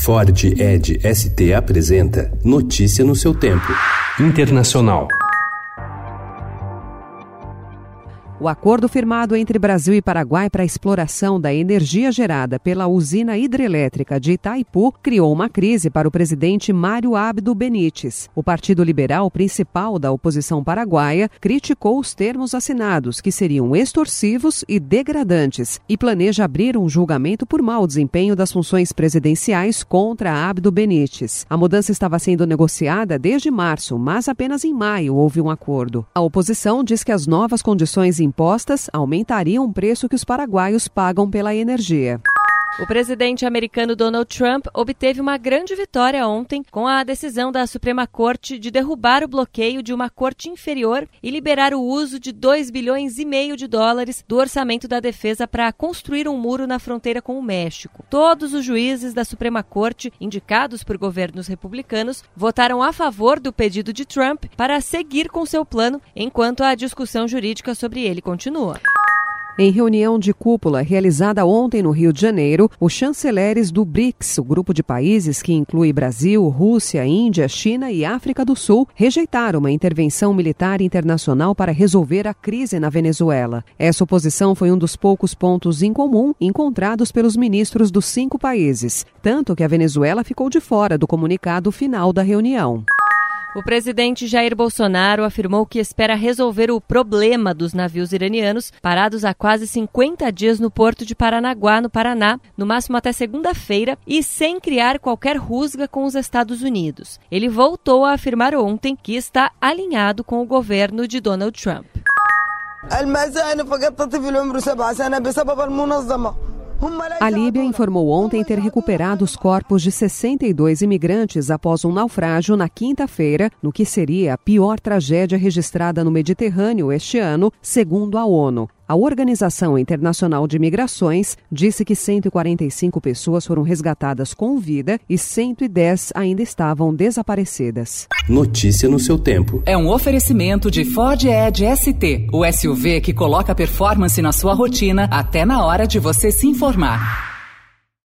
Ford Edge ST apresenta Notícia no seu tempo. Internacional. O acordo firmado entre Brasil e Paraguai para a exploração da energia gerada pela usina hidrelétrica de Itaipu criou uma crise para o presidente Mário Abdo Benítez. O Partido Liberal, principal da oposição paraguaia, criticou os termos assinados, que seriam extorsivos e degradantes, e planeja abrir um julgamento por mau desempenho das funções presidenciais contra Abdo Benítez. A mudança estava sendo negociada desde março, mas apenas em maio houve um acordo. A oposição diz que as novas condições impostas aumentariam o preço que os paraguaios pagam pela energia. O presidente americano Donald Trump obteve uma grande vitória ontem com a decisão da Suprema Corte de derrubar o bloqueio de uma corte inferior e liberar o uso de 2,5 bilhões de dólares do orçamento da defesa para construir um muro na fronteira com o México. Todos os juízes da Suprema Corte, indicados por governos republicanos, votaram a favor do pedido de Trump para seguir com seu plano, enquanto a discussão jurídica sobre ele continua. Em reunião de cúpula realizada ontem no Rio de Janeiro, os chanceleres do BRICS, o grupo de países que inclui Brasil, Rússia, Índia, China e África do Sul, rejeitaram uma intervenção militar internacional para resolver a crise na Venezuela. Essa oposição foi um dos poucos pontos em comum encontrados pelos ministros dos 5 países, tanto que a Venezuela ficou de fora do comunicado final da reunião. O presidente Jair Bolsonaro afirmou que espera resolver o problema dos navios iranianos parados há quase 50 dias no porto de Paranaguá, no Paraná, no máximo até segunda-feira, e sem criar qualquer rusga com os Estados Unidos. Ele voltou a afirmar ontem que está alinhado com o governo de Donald Trump. A Líbia informou ontem ter recuperado os corpos de 62 imigrantes após um naufrágio na quinta-feira, no que seria a pior tragédia registrada no Mediterrâneo este ano, segundo a ONU. A Organização Internacional de Migrações disse que 145 pessoas foram resgatadas com vida e 110 ainda estavam desaparecidas. Notícia no seu tempo. É um oferecimento de Ford Edge ST, o SUV que coloca performance na sua rotina até na hora de você se informar.